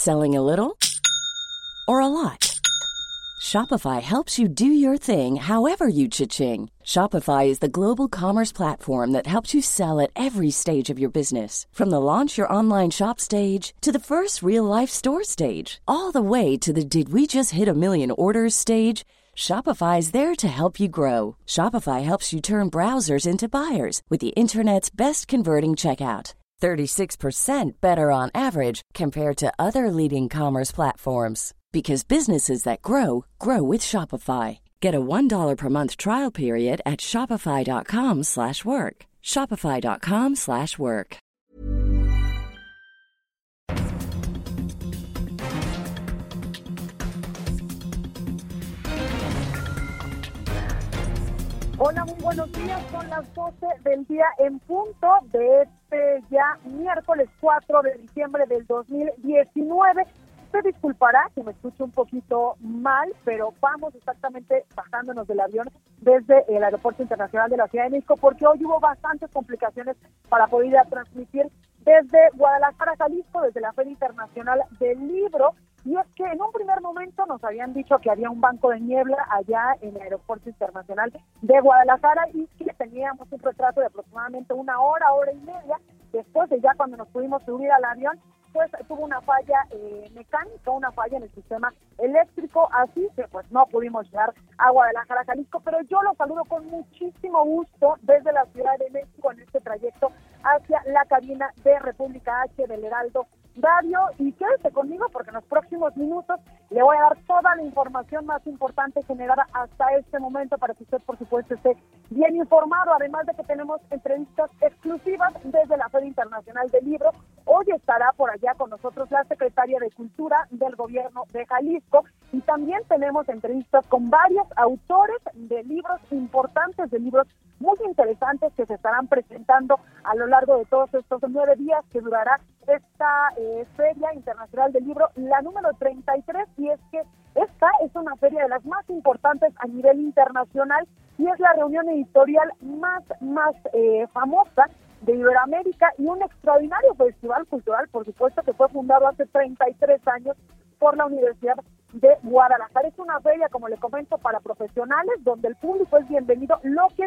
Selling a little or a lot? Shopify helps you do your thing however you cha-ching. Shopify is the global commerce platform that helps you sell at every stage of your business. From the launch your online shop stage to the first real-life store stage, all the way to the did we just hit a million orders stage. Shopify is there to help you grow. Shopify helps you turn browsers into buyers with the internet's best converting checkout. 36% better on average compared to other leading commerce platforms. Because businesses that grow, grow with Shopify. Get a $1 per month trial period at shopify.com/work. Shopify.com/work. Hola, muy buenos días. Son las 12 del día en punto de este ya miércoles 4 de diciembre del 2019. Se disculpará que me escuche un poquito mal, pero vamos exactamente bajándonos del avión desde el Aeropuerto Internacional de la Ciudad de México, porque hoy hubo bastantes complicaciones para poder ir a transmitir desde Guadalajara, Jalisco, desde la Feria Internacional del Libro. Y es que en un primer momento nos habían dicho que había un banco de niebla allá en el Aeropuerto Internacional de Guadalajara y que teníamos un retraso de aproximadamente una hora, hora y media. Después de ya cuando nos pudimos subir al avión, pues tuvo una falla mecánica, una falla en el sistema eléctrico, así que pues no pudimos llegar a Guadalajara, Jalisco, pero yo los saludo con muchísimo gusto desde la Ciudad de México en este trayecto hacia la cabina de República H del Heraldo Radio, y quédese conmigo porque en los próximos minutos le voy a dar toda la información más importante generada hasta este momento para que usted, por supuesto, esté bien informado, además de que tenemos entrevistas exclusivas desde la Feria Internacional del Libro. Hoy estará por allá con nosotros la secretaria de Cultura del Gobierno de Jalisco, y también tenemos entrevistas con varios autores de libros importantes, de libros muy interesantes que se estarán presentando a lo largo de todos estos 9 días que durará esta Feria Internacional del Libro, la número 33, y es que esta es una feria de las más importantes a nivel internacional y es la reunión editorial más famosa de Iberoamérica y un extraordinario festival cultural, por supuesto, que fue fundado hace 33 años por la Universidad de Guadalajara. Es una feria, como le comento, para profesionales, donde el público es bienvenido, lo que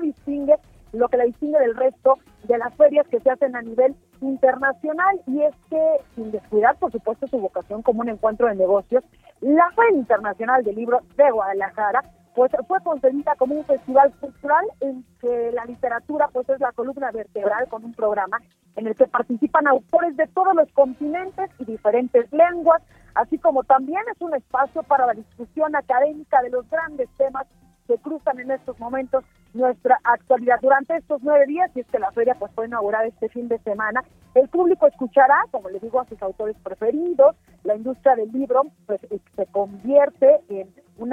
la distingue del resto de las ferias que se hacen a nivel internacional, y es que, sin descuidar, por supuesto, su vocación como un encuentro de negocios, la Feria Internacional del Libro de Guadalajara pues fue concebida como un festival cultural en que la literatura pues es la columna vertebral, con un programa en el que participan autores de todos los continentes y diferentes lenguas, así como también es un espacio para la discusión académica de los grandes temas que cruzan en estos momentos nuestra actualidad. Durante estos 9 días, y es que la feria pues fue inaugurada este fin de semana, el público escuchará, como les digo, a sus autores preferidos. La industria del libro pues se convierte en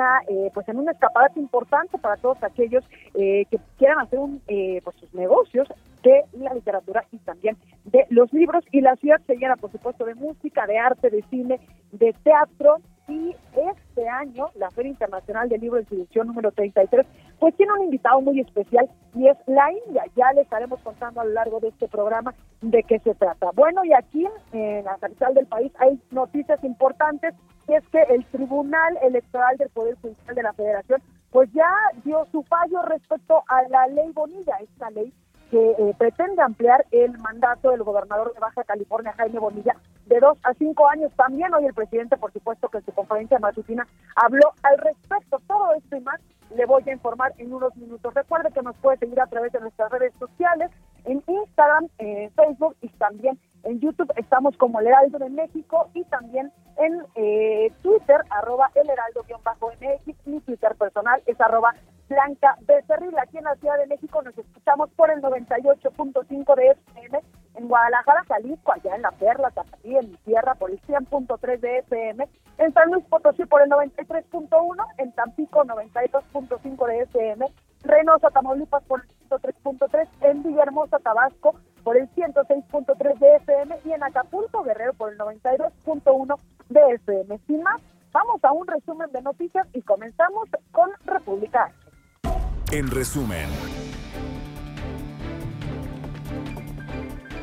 en un escaparate importante para todos aquellos que quieran hacer sus negocios de la literatura y también de los libros, y la ciudad se llena, por supuesto, de música, de arte, de cine, de teatro. Y este año la Feria Internacional del Libro en su edición número 33 pues tiene un invitado muy especial, y es la India. Ya le estaremos contando a lo largo de este programa de qué se trata. Bueno, y aquí en la capital del país hay noticias importantes, y es que el Tribunal Electoral del Poder Judicial de la Federación pues ya dio su fallo respecto a la ley Bonilla, esta ley que pretende ampliar el mandato del gobernador de Baja California, Jaime Bonilla, de 2 a 5 años. También hoy el presidente, por supuesto, que en su conferencia matutina habló al respecto. Todo esto y más le voy a informar en unos minutos. Recuerde que nos puede seguir a través de nuestras redes sociales, en Instagram, en Facebook y también en YouTube. Estamos como El Heraldo de México, y también en Twitter, @elheraldo_MX. Mi Twitter personal es @Blanca Becerril. Aquí en la Ciudad de México nos escuchamos por el 98.5 de FM, en Guadalajara, Jalisco, allá en La Perla, Tapatía, en mi tierra, por el 100.3 de FM, en San Luis Potosí por el 93.1, en Tampico 92.5 de FM, Reynosa, Tamaulipas por el 103.3, en Villahermosa, Tabasco por el 106.3 de FM, y en Acapulco, Guerrero por el 92.1 de FM. Sin más, vamos a un resumen de noticias y comenzamos con República H. En resumen,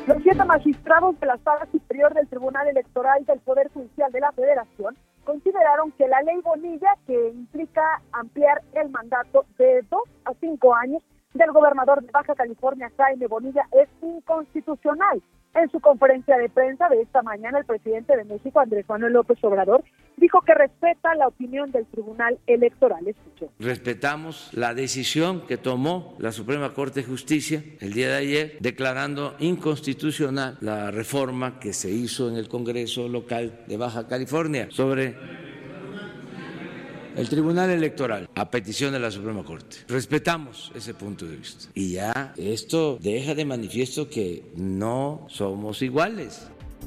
Los 7 magistrados de la Sala Superior del Tribunal Electoral del Poder Judicial de la Federación consideraron que la ley Bonilla, que implica ampliar el mandato de 2 a 5 años del gobernador de Baja California, Jaime Bonilla, es inconstitucional. En su conferencia de prensa de esta mañana, el presidente de México, Andrés Manuel López Obrador, dijo que respeta la opinión del Tribunal Electoral. Escuche. Respetamos la decisión que tomó la Suprema Corte de Justicia el día de ayer, declarando inconstitucional la reforma que se hizo en el Congreso local de Baja California sobre el Tribunal Electoral, a petición de la Suprema Corte. Respetamos ese punto de vista. Y ya esto deja de manifiesto que no somos iguales.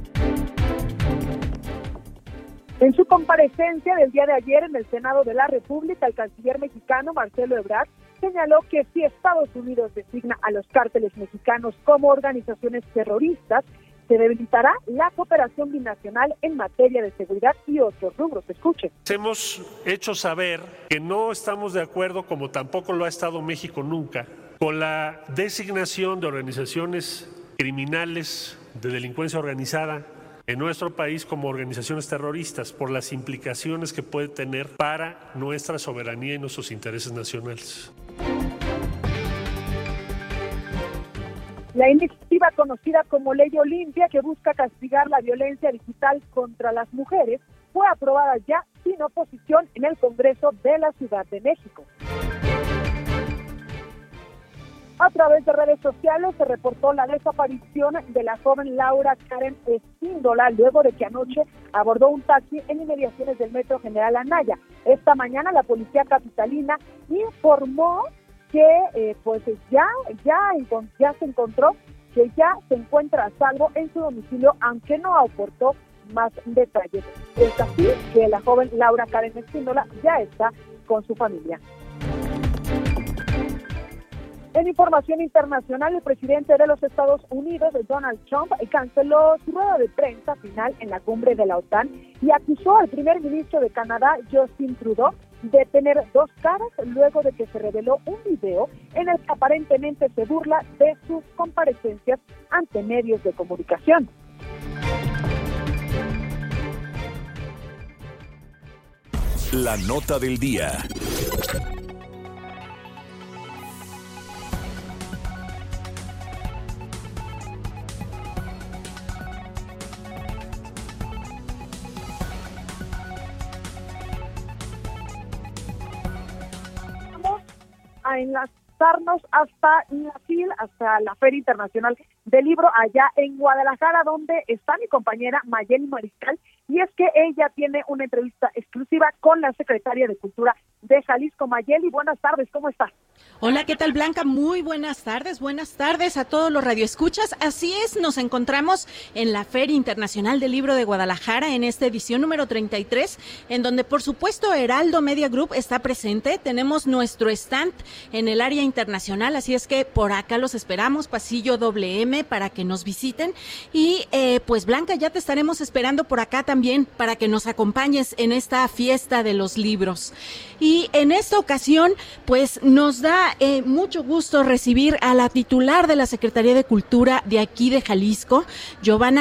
En su comparecencia del día de ayer en el Senado de la República, el canciller mexicano Marcelo Ebrard señaló que si Estados Unidos designa a los cárteles mexicanos como organizaciones terroristas, se debilitará la cooperación binacional en materia de seguridad y otros rubros. Escuche. Hemos hecho saber que no estamos de acuerdo, como tampoco lo ha estado México nunca, con la designación de organizaciones criminales de delincuencia organizada en nuestro país como organizaciones terroristas por las implicaciones que puede tener para nuestra soberanía y nuestros intereses nacionales. La iniciativa conocida como Ley Olimpia, que busca castigar la violencia digital contra las mujeres, fue aprobada ya sin oposición en el Congreso de la Ciudad de México. A través de redes sociales se reportó la desaparición de la joven Laura Karen Espíndola luego de que anoche abordó un taxi en inmediaciones del Metro General Anaya. Esta mañana la policía capitalina informó que ya se encontró, que ya se encuentra a salvo en su domicilio, aunque no aportó más detalles. Es así que la joven Laura Karen Espíndola ya está con su familia. En información internacional, el presidente de los Estados Unidos, Donald Trump, canceló su rueda de prensa final en la cumbre de la OTAN y acusó al primer ministro de Canadá, Justin Trudeau, de tener 2 caras luego de que se reveló un video en el que aparentemente se burla de sus comparecencias ante medios de comunicación. La nota del día. A enlazarnos hasta la Feria Internacional del Libro allá en Guadalajara, donde está mi compañera Mayeli Mariscal, y es que ella tiene una entrevista exclusiva con la secretaria de Cultura de Jalisco. Mayeli, buenas tardes, ¿cómo estás? Hola, ¿qué tal, Blanca? Muy buenas tardes a todos los radioescuchas. Así es, nos encontramos en la Feria Internacional del Libro de Guadalajara en esta edición número 33, en donde por supuesto Heraldo Media Group está presente. Tenemos nuestro stand en el área internacional, así es que por acá los esperamos, pasillo WM, para que nos visiten. Y pues Blanca, ya te estaremos esperando por acá también para que nos acompañes en esta fiesta de los libros. Y en esta ocasión, pues nos da mucho gusto recibir a la titular de la Secretaría de Cultura de aquí de Jalisco, Giovanna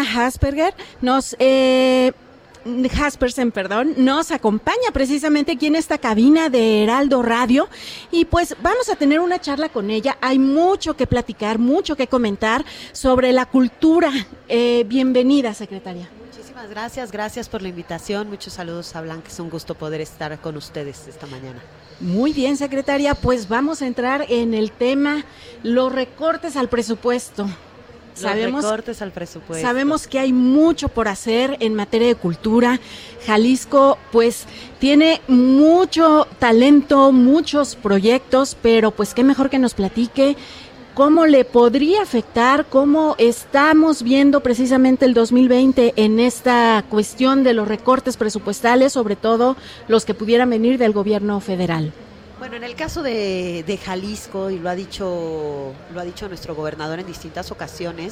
Jaspersen, nos acompaña precisamente aquí en esta cabina de Heraldo Radio y pues vamos a tener una charla con ella. Hay mucho que platicar, mucho que comentar sobre la cultura. Bienvenida, secretaria. Muchísimas gracias por la invitación. Muchos saludos a Blanca, es un gusto poder estar con ustedes esta mañana. Muy bien, secretaria, pues vamos a entrar en el tema, los recortes al presupuesto. Recortes al presupuesto. Sabemos que hay mucho por hacer en materia de cultura. Jalisco, pues, tiene mucho talento, muchos proyectos, pero pues qué mejor que nos platique cómo le podría afectar, cómo estamos viendo precisamente el 2020 en esta cuestión de los recortes presupuestales, sobre todo los que pudieran venir del gobierno federal. Bueno, en el caso de Jalisco, y lo ha dicho nuestro gobernador en distintas ocasiones,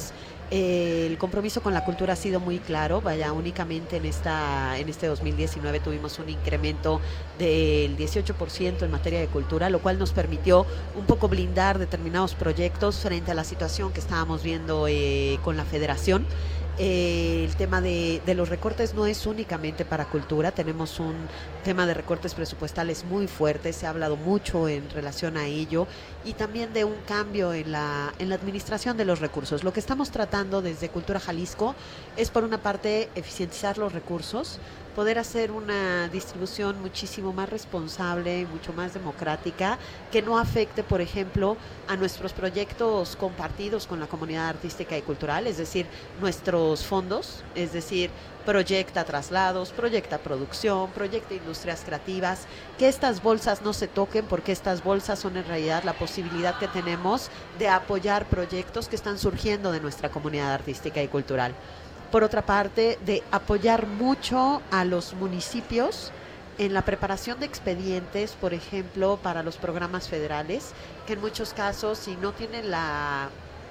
El compromiso con la cultura ha sido muy claro. Vaya, únicamente en este 2019 tuvimos un incremento del 18% en materia de cultura, lo cual nos permitió un poco blindar determinados proyectos frente a la situación que estábamos viendo con la Federación. El tema de los recortes no es únicamente para cultura, tenemos un tema de recortes presupuestales muy fuerte, se ha hablado mucho en relación a ello, y también de un cambio en la administración de los recursos. Lo que estamos tratando desde Cultura Jalisco es, por una parte, eficientizar los recursos, poder hacer una distribución muchísimo más responsable y mucho más democrática, que no afecte, por ejemplo, a nuestros proyectos compartidos con la comunidad artística y cultural, es decir, nuestros fondos, es decir, proyecta traslados, proyecta producción, proyecta industrias creativas, que estas bolsas no se toquen, porque estas bolsas son en realidad la posibilidad que tenemos de apoyar proyectos que están surgiendo de nuestra comunidad artística y cultural. Por otra parte, de apoyar mucho a los municipios en la preparación de expedientes, por ejemplo, para los programas federales, que en muchos casos, si no tienen la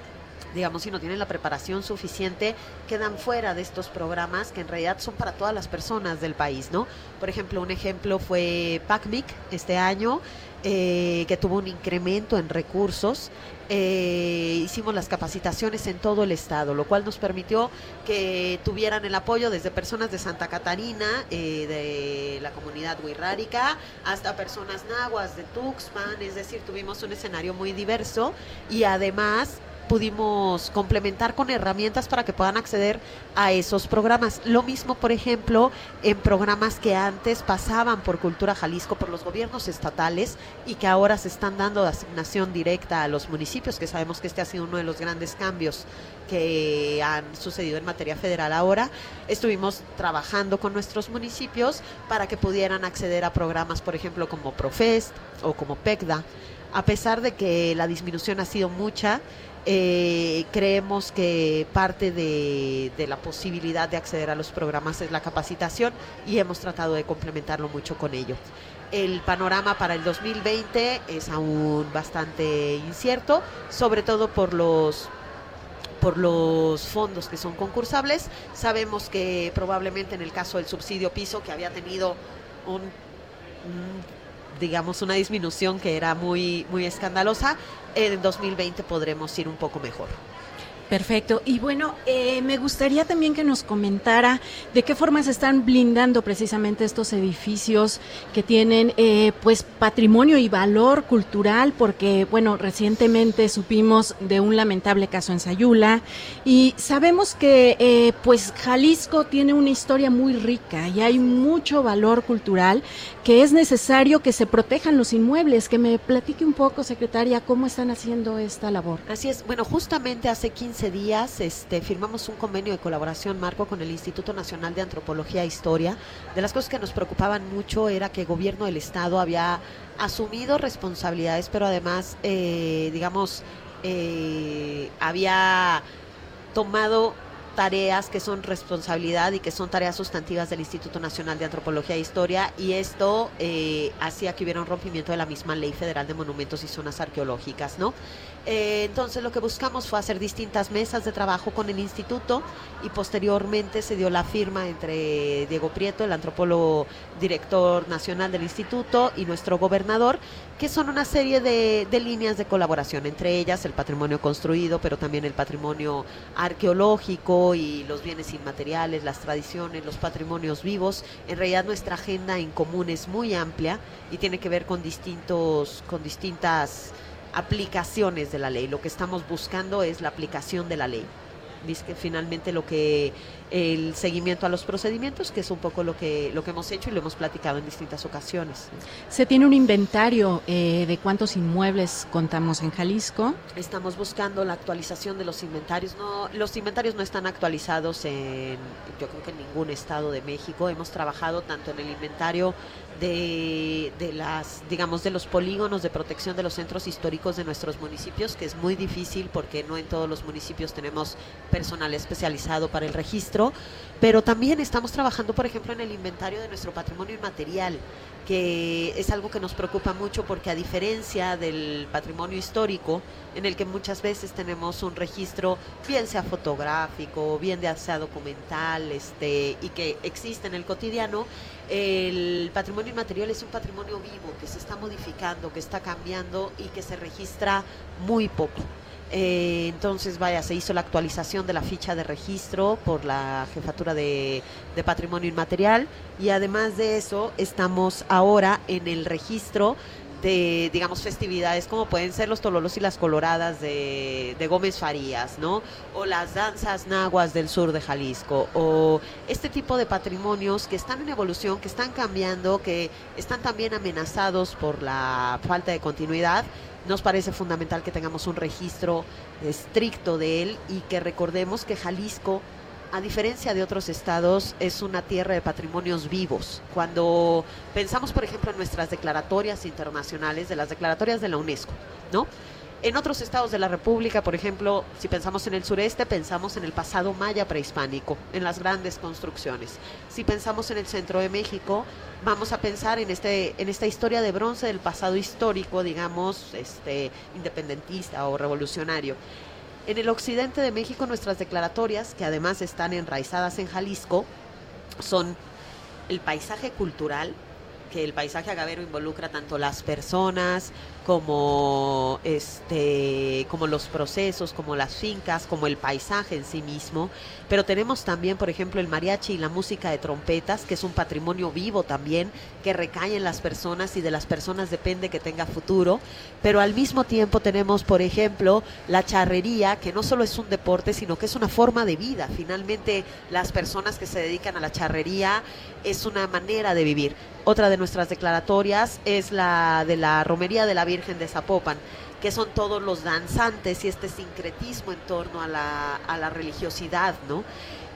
preparación suficiente, quedan fuera de estos programas que en realidad son para todas las personas del país, ¿no? Por ejemplo, un ejemplo fue PACMIC este año, que tuvo un incremento en recursos. Hicimos las capacitaciones en todo el estado, lo cual nos permitió que tuvieran el apoyo desde personas de Santa Catarina, de la comunidad wixárika, hasta personas nahuas de Tuxpan, es decir, tuvimos un escenario muy diverso, y además pudimos complementar con herramientas para que puedan acceder a esos programas. Lo mismo, por ejemplo, en programas que antes pasaban por Cultura Jalisco, por los gobiernos estatales, y que ahora se están dando de asignación directa a los municipios, que sabemos que este ha sido uno de los grandes cambios que han sucedido en materia federal ahora. Estuvimos trabajando con nuestros municipios para que pudieran acceder a programas, por ejemplo, como Profest o como PECDA. A pesar de que la disminución ha sido mucha, creemos que parte de la posibilidad de acceder a los programas es la capacitación, y hemos tratado de complementarlo mucho con ello. El panorama para el 2020 es aún bastante incierto, sobre todo por los fondos que son concursables. Sabemos que probablemente en el caso del subsidio piso, que había tenido una disminución que era muy, muy escandalosa, en 2020 podremos ir un poco mejor. Perfecto. Y bueno, me gustaría también que nos comentara de qué forma se están blindando precisamente estos edificios que tienen pues patrimonio y valor cultural, porque bueno, recientemente supimos de un lamentable caso en Sayula, y sabemos que pues Jalisco tiene una historia muy rica y hay mucho valor cultural, que es necesario que se protejan los inmuebles. Que me platique un poco, secretaria, cómo están haciendo esta labor. Así es. Bueno, justamente hace 15 días firmamos un convenio de colaboración marco con el Instituto Nacional de Antropología e Historia. De las cosas que nos preocupaban mucho era que el gobierno del estado había asumido responsabilidades, pero además, había tomado tareas que son responsabilidad y que son tareas sustantivas del Instituto Nacional de Antropología e Historia, y esto hacía que hubiera un rompimiento de la misma Ley Federal de Monumentos y Zonas Arqueológicas, ¿no? Entonces lo que buscamos fue hacer distintas mesas de trabajo con el instituto, y posteriormente se dio la firma entre Diego Prieto, el antropólogo director nacional del instituto, y nuestro gobernador, que son una serie de líneas de colaboración, entre ellas el patrimonio construido, pero también el patrimonio arqueológico y los bienes inmateriales, las tradiciones, los patrimonios vivos. En realidad nuestra agenda en común es muy amplia y tiene que ver con distintas aplicaciones de la ley. Lo que estamos buscando es la aplicación de la ley. Dice que finalmente el seguimiento a los procedimientos, que es un poco lo que hemos hecho y lo hemos platicado en distintas ocasiones. ¿Se tiene un inventario de cuántos inmuebles contamos en Jalisco? Estamos buscando la actualización de los inventarios. Los inventarios no están actualizados yo creo que en ningún estado de México. Hemos trabajado tanto en el inventario de los polígonos de protección de los centros históricos de nuestros municipios, que es muy difícil porque no en todos los municipios tenemos personal especializado para el registro, pero también estamos trabajando, por ejemplo, en el inventario de nuestro patrimonio inmaterial, que es algo que nos preocupa mucho porque a diferencia del patrimonio histórico, en el que muchas veces tenemos un registro, bien sea fotográfico, bien sea documental, y que existe en el cotidiano, el patrimonio inmaterial es un patrimonio vivo que se está modificando, que está cambiando y que se registra muy poco. Entonces, se hizo la actualización de la ficha de registro por la Jefatura de Patrimonio Inmaterial, y además de eso estamos ahora en el registro de, digamos, festividades como pueden ser los tololos y las coloradas de Gómez Farías, ¿no? O las danzas nahuas del sur de Jalisco, o este tipo de patrimonios que están en evolución, que están cambiando, que están también amenazados por la falta de continuidad. Nos parece fundamental que tengamos un registro estricto de él y que recordemos que Jalisco, a diferencia de otros estados, es una tierra de patrimonios vivos. Cuando pensamos, por ejemplo, en nuestras declaratorias internacionales, de las declaratorias de la UNESCO, ¿no? En otros estados de la República, por ejemplo, si pensamos en el sureste, pensamos en el pasado maya prehispánico, en las grandes construcciones. Si pensamos en el centro de México, vamos a pensar en esta historia de bronce del pasado histórico, digamos, independentista o revolucionario. En el occidente de México, nuestras declaratorias, que además están enraizadas en Jalisco, son el paisaje cultural, que el paisaje agavero involucra tanto las personas como los procesos, como las fincas, como el paisaje en sí mismo, pero tenemos también, por ejemplo, el mariachi y la música de trompetas, que es un patrimonio vivo también, que recae en las personas y de las personas depende que tenga futuro, pero al mismo tiempo tenemos, por ejemplo, la charrería, que no solo es un deporte, sino que es una forma de vida. Finalmente, las personas que se dedican a la charrería es una manera de vivir. Otra de nuestras declaratorias es la de la Romería de la Virgen de Zapopan, que son todos los danzantes y este sincretismo en torno a la religiosidad, ¿no?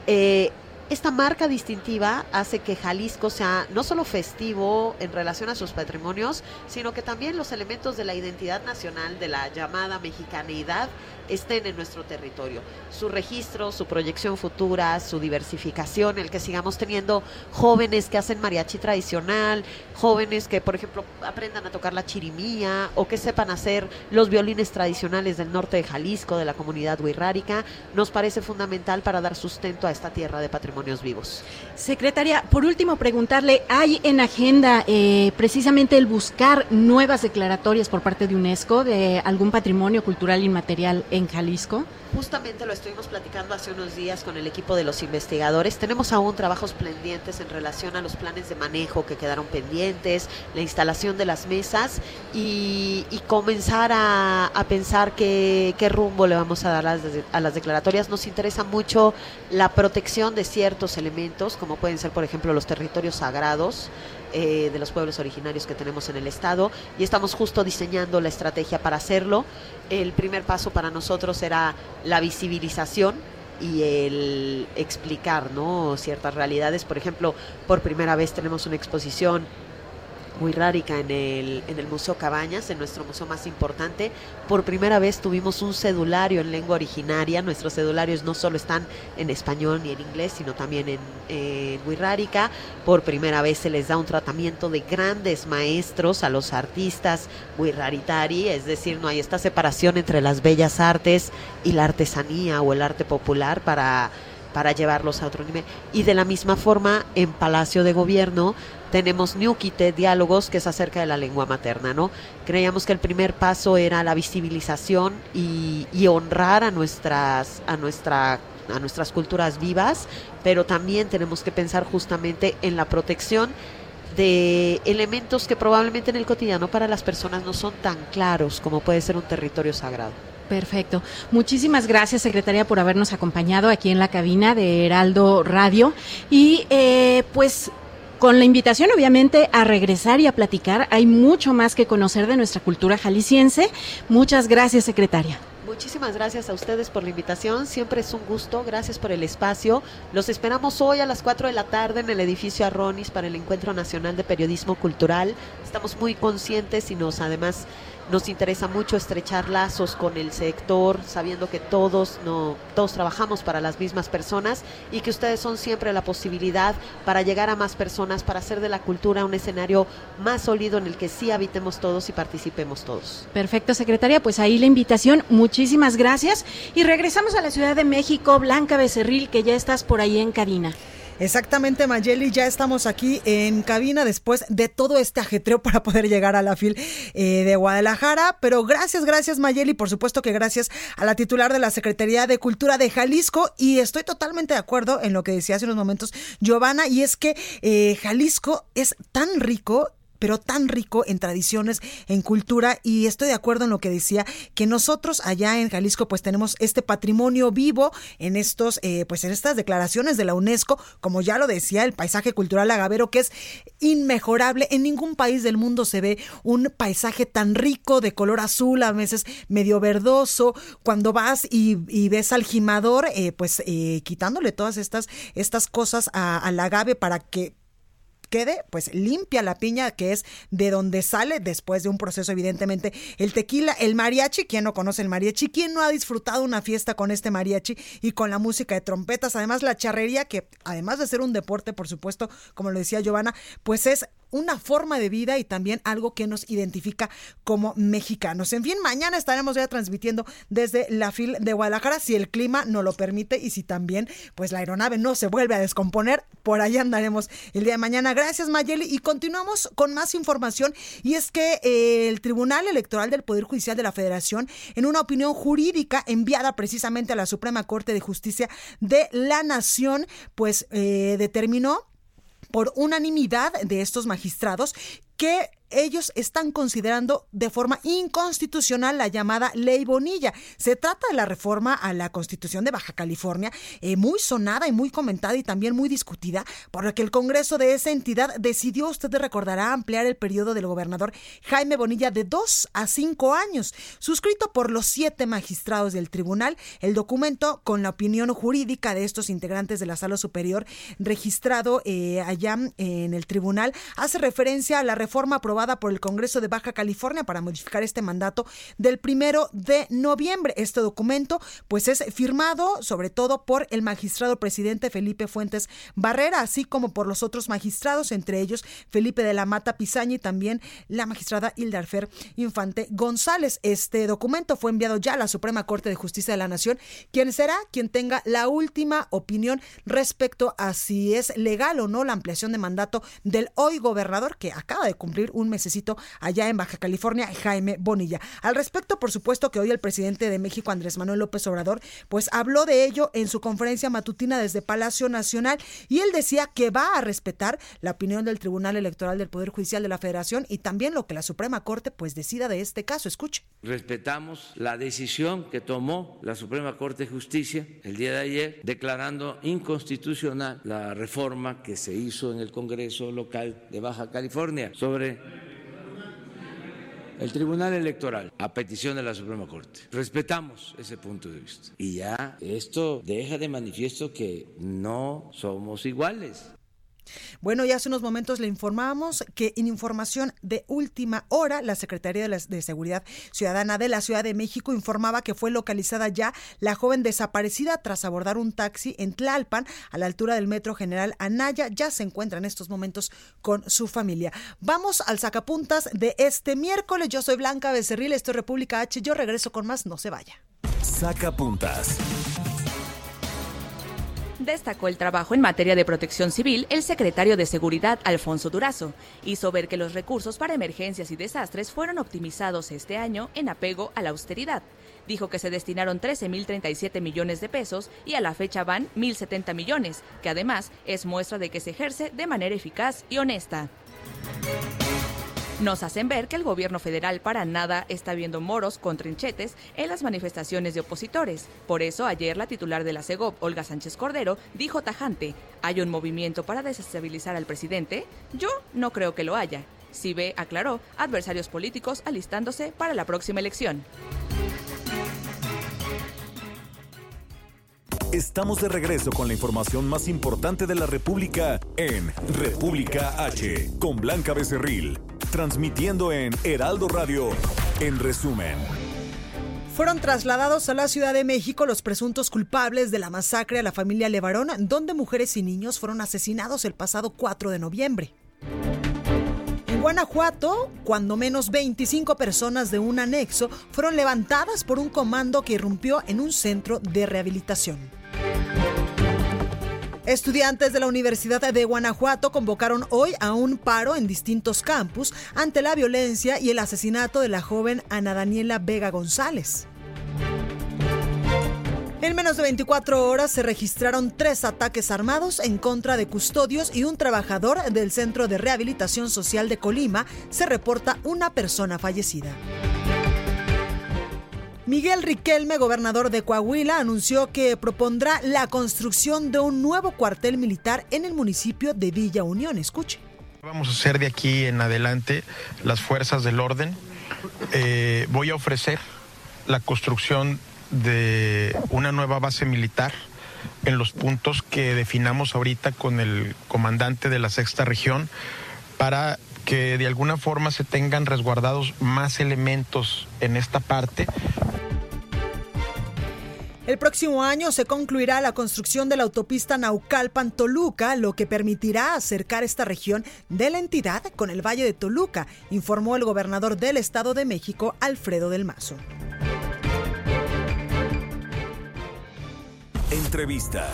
Esta marca distintiva hace que Jalisco sea no solo festivo en relación a sus patrimonios, sino que también los elementos de la identidad nacional, de la llamada mexicanidad, estén en nuestro territorio. Su registro, su proyección futura, su diversificación, el que sigamos teniendo jóvenes que hacen mariachi tradicional, jóvenes que, por ejemplo, aprendan a tocar la chirimía o que sepan hacer los violines tradicionales del norte de Jalisco, de la comunidad wixárika, nos parece fundamental para dar sustento a esta tierra de patrimonios vivos. Secretaria, por último preguntarle, ¿hay en agenda precisamente el buscar nuevas declaratorias por parte de UNESCO de algún patrimonio cultural inmaterial en Jalisco? Justamente lo estuvimos platicando hace unos días con el equipo de los investigadores. Tenemos aún trabajos pendientes en relación a los planes de manejo que quedaron pendientes, la instalación de las mesas y comenzar a pensar qué rumbo le vamos a dar a las declaratorias. Nos interesa mucho la protección de ciertos elementos, como pueden ser, por ejemplo, los territorios sagrados de los pueblos originarios que tenemos en el estado, y estamos justo diseñando la estrategia para hacerlo. El primer paso para nosotros era la visibilización y el explicar, ¿no?, ciertas realidades. Por ejemplo, por primera vez tenemos una exposición wixárika en el Museo Cabañas, en nuestro museo más importante. Por primera vez tuvimos un cedulario en lengua originaria. Nuestros cedularios no solo están en español ni en inglés, sino también en wixárika. Por primera vez se les da un tratamiento de grandes maestros a los artistas wixáritari, es decir, no hay esta separación entre las bellas artes y la artesanía o el arte popular para llevarlos a otro nivel. Y de la misma forma, en Palacio de Gobierno tenemos Ñuquite, diálogos, que es acerca de la lengua materna, ¿no? Creíamos que el primer paso era la visibilización y honrar a nuestras culturas vivas, pero también tenemos que pensar justamente en la protección de elementos que probablemente en el cotidiano para las personas no son tan claros como puede ser un territorio sagrado. Perfecto. Muchísimas gracias, secretaria, por habernos acompañado aquí en la cabina de Heraldo Radio. Y pues con la invitación, obviamente, a regresar y a platicar. Hay mucho más que conocer de nuestra cultura jalisciense. Muchas gracias, secretaria. Muchísimas gracias a ustedes por la invitación, siempre es un gusto, gracias por el espacio. Los esperamos hoy a las 4 de la tarde en el edificio Arronis para el Encuentro Nacional de Periodismo Cultural. Estamos muy conscientes y además Nos interesa mucho estrechar lazos con el sector, sabiendo que todos trabajamos para las mismas personas y que ustedes son siempre la posibilidad para llegar a más personas, para hacer de la cultura un escenario más sólido en el que sí habitemos todos y participemos todos. Perfecto, secretaria, pues ahí la invitación, muchísimas gracias. Y regresamos a la Ciudad de México. Blanca Becerril, que ya estás por ahí en cabina. Exactamente, Mayeli, ya estamos aquí en cabina después de todo este ajetreo para poder llegar a la FIL de Guadalajara, pero gracias Mayeli, por supuesto que gracias a la titular de la Secretaría de Cultura de Jalisco, y estoy totalmente de acuerdo en lo que decía hace unos momentos Giovanna, y es que Jalisco es tan rico, pero tan rico en tradiciones, en cultura, y estoy de acuerdo en lo que decía, que nosotros allá en Jalisco pues tenemos este patrimonio vivo en estos pues en estas declaraciones de la UNESCO, como ya lo decía, el paisaje cultural agavero, que es inmejorable. En ningún país del mundo se ve un paisaje tan rico, de color azul, a veces medio verdoso. Cuando vas y ves al gimador, quitándole todas estas cosas al agave para que quede pues limpia la piña, que es de donde sale después de un proceso evidentemente el tequila, el mariachi. ¿Quién no conoce el mariachi? ¿Quién no ha disfrutado una fiesta con este mariachi y con la música de trompetas? Además la charrería, que además de ser un deporte, por supuesto, como lo decía Giovanna, pues es una forma de vida y también algo que nos identifica como mexicanos. En fin, mañana estaremos ya transmitiendo desde la FIL de Guadalajara, si el clima nos lo permite y si también pues la aeronave no se vuelve a descomponer, por allá andaremos el día de mañana. Gracias, Mayeli, y continuamos con más información, y es que el Tribunal Electoral del Poder Judicial de la Federación, en una opinión jurídica enviada precisamente a la Suprema Corte de Justicia de la Nación, pues determinó por unanimidad de estos magistrados que ellos están considerando de forma inconstitucional la llamada Ley Bonilla. Se trata de la reforma a la Constitución de Baja California, muy sonada y muy comentada y también muy discutida, por lo que el Congreso de esa entidad decidió, usted recordará, ampliar el periodo del gobernador Jaime Bonilla de 2 a 5 años. Suscrito por los 7 magistrados del tribunal, el documento, con la opinión jurídica de estos integrantes de la Sala Superior registrado allá en el tribunal, hace referencia a la reforma aprobada por el Congreso de Baja California para modificar este mandato del 1 de noviembre. Este documento pues es firmado sobre todo por el magistrado presidente Felipe Fuentes Barrera, así como por los otros magistrados, entre ellos Felipe de la Mata Pizaña y también la magistrada Hilda Arfer Infante González. Este documento fue enviado ya a la Suprema Corte de Justicia de la Nación, quien será quien tenga la última opinión respecto a si es legal o no la ampliación de mandato del hoy gobernador, que acaba de cumplir un mesecito allá en Baja California, Jaime Bonilla. Al respecto, por supuesto que hoy el presidente de México, Andrés Manuel López Obrador, pues habló de ello en su conferencia matutina desde Palacio Nacional, y él decía que va a respetar la opinión del Tribunal Electoral del Poder Judicial de la Federación y también lo que la Suprema Corte pues decida de este caso. Escuche. Respetamos la decisión que tomó la Suprema Corte de Justicia el día de ayer, declarando inconstitucional la reforma que se hizo en el Congreso local de Baja California sobre el Tribunal Electoral, a petición de la Suprema Corte. Respetamos ese punto de vista. Y ya esto deja de manifiesto que no somos iguales. Bueno, ya hace unos momentos le informábamos que en información de última hora, la Secretaría de Seguridad Ciudadana de la Ciudad de México informaba que fue localizada ya la joven desaparecida tras abordar un taxi en Tlalpan, a la altura del Metro General Anaya. Ya se encuentra en estos momentos con su familia. Vamos al sacapuntas de este miércoles. Yo soy Blanca Becerril, esto es República H. Yo regreso con más, no se vaya. Sacapuntas. Destacó el trabajo en materia de protección civil el secretario de Seguridad, Alfonso Durazo. Hizo ver que los recursos para emergencias y desastres fueron optimizados este año en apego a la austeridad. Dijo que se destinaron 13.037 millones de pesos y a la fecha van 1.070 millones, que además es muestra de que se ejerce de manera eficaz y honesta. Nos hacen ver que el gobierno federal para nada está viendo moros con trinchetes en las manifestaciones de opositores. Por eso, ayer la titular de la Segov, Olga Sánchez Cordero, dijo tajante: ¿hay un movimiento para desestabilizar al presidente? Yo no creo que lo haya. Sí ve, aclaró, adversarios políticos alistándose para la próxima elección. Estamos de regreso con la información más importante de la República en República H, con Blanca Becerril, transmitiendo en Heraldo Radio. En resumen, fueron trasladados a la Ciudad de México los presuntos culpables de la masacre a la familia Levarón, donde mujeres y niños fueron asesinados el pasado 4 de noviembre. En Guanajuato, cuando menos 25 personas de un anexo fueron levantadas por un comando que irrumpió en un centro de rehabilitación. Estudiantes de la Universidad de Guanajuato convocaron hoy a un paro en distintos campus ante la violencia y el asesinato de la joven Ana Daniela Vega González. En menos de 24 horas se registraron 3 ataques armados en contra de custodios y un trabajador del Centro de Rehabilitación Social de Colima. Se reporta una persona fallecida. Miguel Riquelme, gobernador de Coahuila, anunció que propondrá la construcción de un nuevo cuartel militar en el municipio de Villa Unión. Escuche. Vamos a hacer de aquí en adelante las fuerzas del orden. Voy a ofrecer la construcción de una nueva base militar en los puntos que definamos ahorita con el comandante de la 6ª región para que de alguna forma se tengan resguardados más elementos en esta parte. El próximo año se concluirá la construcción de la autopista Naucalpan-Toluca, lo que permitirá acercar esta región de la entidad con el Valle de Toluca, informó el gobernador del Estado de México, Alfredo del Mazo. Entrevista.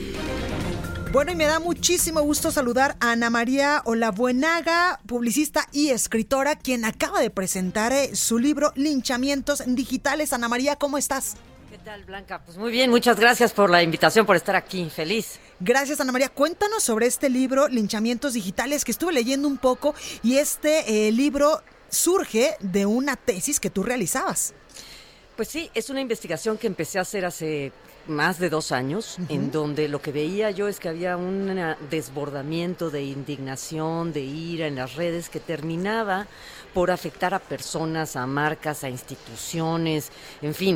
Bueno, y me da muchísimo gusto saludar a Ana María Olabuenaga, publicista y escritora, quien acaba de presentar su libro Linchamientos Digitales. Ana María, ¿cómo estás? ¿Qué tal, Blanca? Pues muy bien, muchas gracias por la invitación, por estar aquí, feliz. Gracias, Ana María. Cuéntanos sobre este libro, Linchamientos Digitales, que estuve leyendo un poco, y este libro surge de una tesis que tú realizabas. Pues sí, es una investigación que empecé a hacer hace más de 2 años, en donde lo que veía yo es que había un desbordamiento de indignación, de ira en las redes que terminaba por afectar a personas, a marcas, a instituciones, en fin.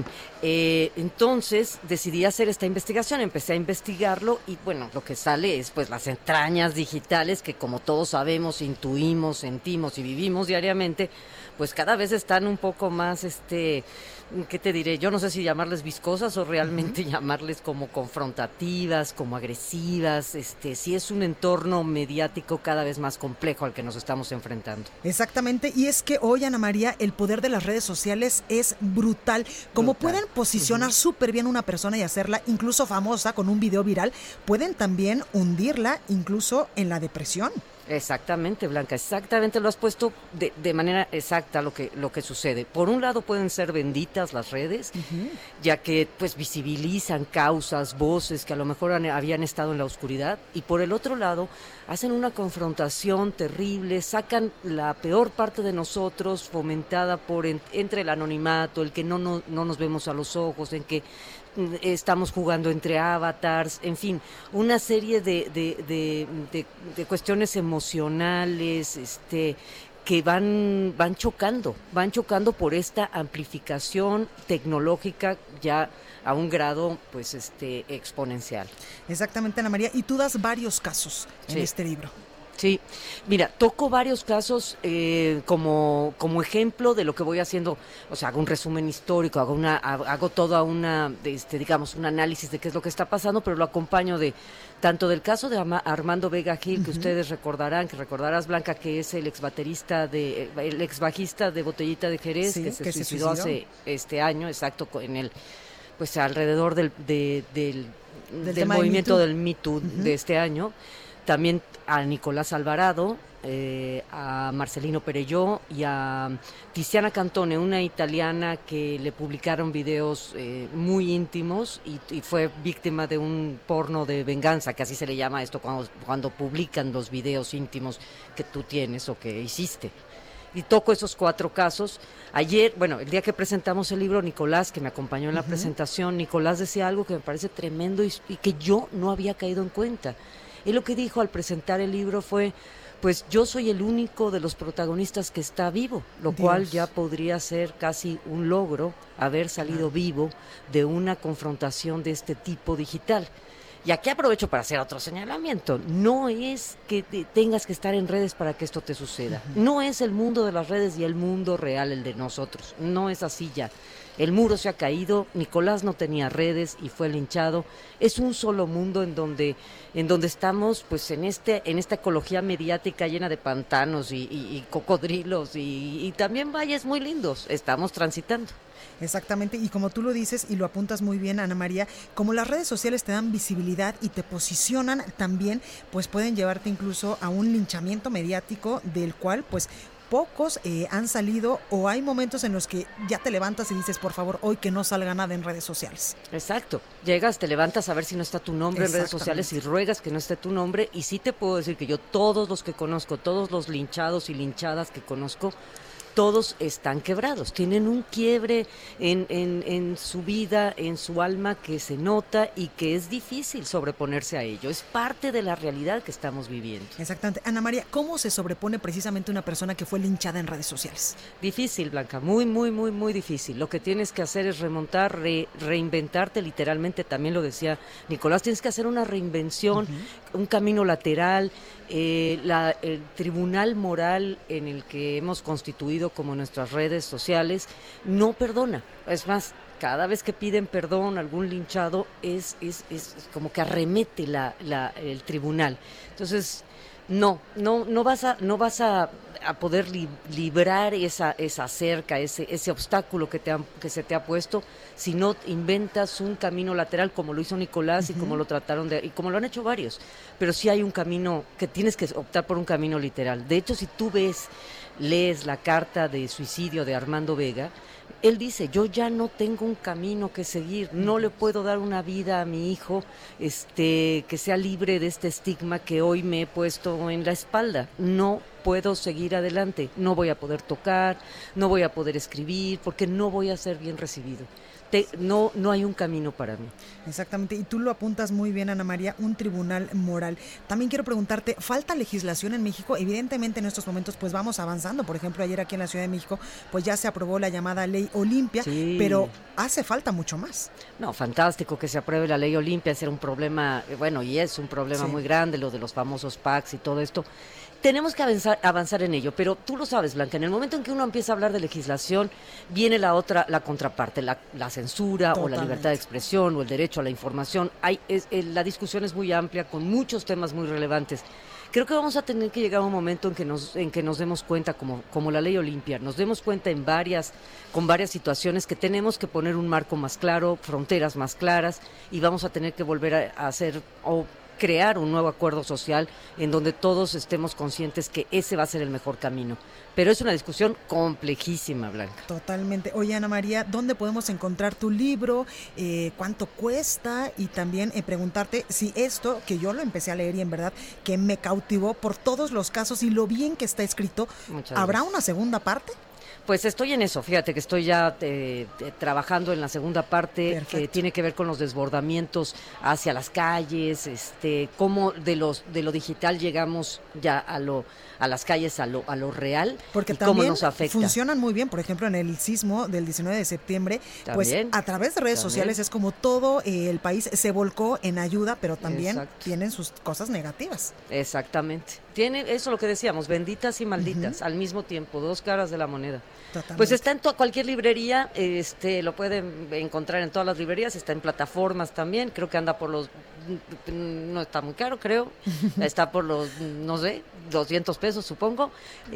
Entonces decidí hacer esta investigación, empecé a investigarlo y bueno, lo que sale es pues las entrañas digitales que, como todos sabemos, intuimos, sentimos y vivimos diariamente, pues cada vez están un poco más, ¿qué te diré? Yo no sé si llamarles viscosas o realmente llamarles como confrontativas, como agresivas. Sí es un entorno mediático cada vez más complejo al que nos estamos enfrentando. Exactamente, y es que hoy, Ana María, el poder de las redes sociales es brutal. Como pueden posicionar súper bien una persona y hacerla incluso famosa con un video viral, pueden también hundirla incluso en la depresión. Exactamente, Blanca, exactamente lo has puesto de manera exacta lo que sucede. Por un lado pueden ser benditas las redes, ya que pues visibilizan causas, voces que a lo mejor habían estado en la oscuridad, y por el otro lado hacen una confrontación terrible, sacan la peor parte de nosotros fomentada por entre el anonimato, el que no nos vemos a los ojos, en que estamos jugando entre avatars, en fin, una serie de cuestiones emocionales que van chocando por esta amplificación tecnológica ya a un grado pues exponencial. Exactamente, Ana María, y tú das varios casos en este libro. Sí, mira, toco varios casos como ejemplo de lo que voy haciendo. O sea, hago un resumen histórico, hago toda una, digamos, un análisis de qué es lo que está pasando, pero lo acompaño tanto del caso de Armando Vega Gil, que ustedes recordarás, Blanca, que es el el ex bajista de Botellita de Jerez, sí, que se suicidó hace este año, exacto, pues alrededor del movimiento del Me Too de este año. También a Nicolás Alvarado, a Marcelino Perelló y a Tiziana Cantone, una italiana que le publicaron videos muy íntimos y fue víctima de un porno de venganza, que así se le llama esto cuando publican los videos íntimos que tú tienes o que hiciste. Y toco esos 4 casos. Ayer, el día que presentamos el libro, Nicolás, que me acompañó en la presentación, Nicolás decía algo que me parece tremendo y que yo no había caído en cuenta. Él lo que dijo al presentar el libro fue, pues yo soy el único de los protagonistas que está vivo, lo cual ya podría ser casi un logro haber salido vivo de una confrontación de este tipo digital. Y aquí aprovecho para hacer otro señalamiento. No es que tengas que estar en redes para que esto te suceda. No es el mundo de las redes y el mundo real el de nosotros. No es así ya. El muro se ha caído, Nicolás no tenía redes y fue linchado. Es un solo mundo en donde estamos pues en esta ecología mediática llena de pantanos y cocodrilos y también valles muy lindos. Estamos transitando. Exactamente, y como tú lo dices y lo apuntas muy bien, Ana María, como las redes sociales te dan visibilidad y te posicionan también, pues pueden llevarte incluso a un linchamiento mediático del cual pues pocos han salido, o hay momentos en los que ya te levantas y dices, por favor, hoy que no salga nada en redes sociales. Exacto, llegas, te levantas a ver si no está tu nombre en redes sociales y ruegas que no esté tu nombre, y sí te puedo decir que yo todos los que conozco, todos los linchados y linchadas que conozco, todos están quebrados, tienen un quiebre en su vida, en su alma, que se nota y que es difícil sobreponerse a ello. Es parte de la realidad que estamos viviendo. Exactamente. Ana María, ¿cómo se sobrepone precisamente una persona que fue linchada en redes sociales? Difícil, Blanca, muy, muy, muy, muy difícil. Lo que tienes que hacer es remontar, reinventarte literalmente, también lo decía Nicolás, tienes que hacer una reinvención, un camino lateral. El tribunal moral en el que hemos constituido como nuestras redes sociales no perdona. Es más, cada vez que piden perdón algún linchado es como que arremete el tribunal. Entonces no vas a poder librar esa cerca, ese obstáculo que se te ha puesto, si no inventas un camino lateral como lo hizo Nicolás y como lo trataron y como lo han hecho varios. Pero sí hay un camino que tienes que optar por un camino literal. De hecho, si tú lees la carta de suicidio de Armando Vega, él dice, yo ya no tengo un camino que seguir, no le puedo dar una vida a mi hijo que sea libre de este estigma que hoy me he puesto en la espalda. No puedo seguir adelante, no voy a poder tocar, no voy a poder escribir, porque no voy a ser bien recibido. No hay un camino para mí. Exactamente, y tú lo apuntas muy bien, Ana María, un tribunal moral. También quiero preguntarte, ¿falta legislación en México? Evidentemente en estos momentos pues vamos avanzando. Por ejemplo, ayer aquí en la Ciudad de México pues ya se aprobó la llamada Ley Olimpia, sí, pero hace falta mucho más. No, fantástico que se apruebe la Ley Olimpia, es un problema, y es un problema muy grande, lo de los famosos PACs y todo esto. Tenemos que avanzar en ello, pero tú lo sabes, Blanca, en el momento en que uno empieza a hablar de legislación, viene la contraparte, la censura o la libertad de expresión o el derecho a la información. La discusión es muy amplia, con muchos temas muy relevantes. Creo que vamos a tener que llegar a un momento en que nos demos cuenta, como la Ley Olimpia, nos demos cuenta con varias situaciones que tenemos que poner un marco más claro, fronteras más claras, y vamos a tener que volver a hacer crear un nuevo acuerdo social en donde todos estemos conscientes que ese va a ser el mejor camino. Pero es una discusión complejísima, Blanca. Totalmente. Oye, Ana María, ¿dónde podemos encontrar tu libro? ¿Cuánto cuesta? Y también preguntarte si esto, que yo lo empecé a leer y en verdad que me cautivó por todos los casos y lo bien que está escrito, ¿habrá una segunda parte? Pues estoy en eso, fíjate que estoy ya trabajando en la segunda parte. Perfecto. Que tiene que ver con los desbordamientos hacia las calles, cómo de lo digital llegamos ya a las calles, a lo real, porque y también cómo nos afecta. Funcionan muy bien, por ejemplo, en el sismo del 19 de septiembre, pues a través de redes sociales es como todo el país se volcó en ayuda, pero también tienen sus cosas negativas. Exactamente. Tiene eso lo que decíamos, benditas y malditas, al mismo tiempo, dos caras de la moneda. Totalmente. Pues está en cualquier librería, lo pueden encontrar en todas las librerías, está en plataformas también, creo que anda por no está muy caro, creo, está por los, no sé, 200 pesos supongo,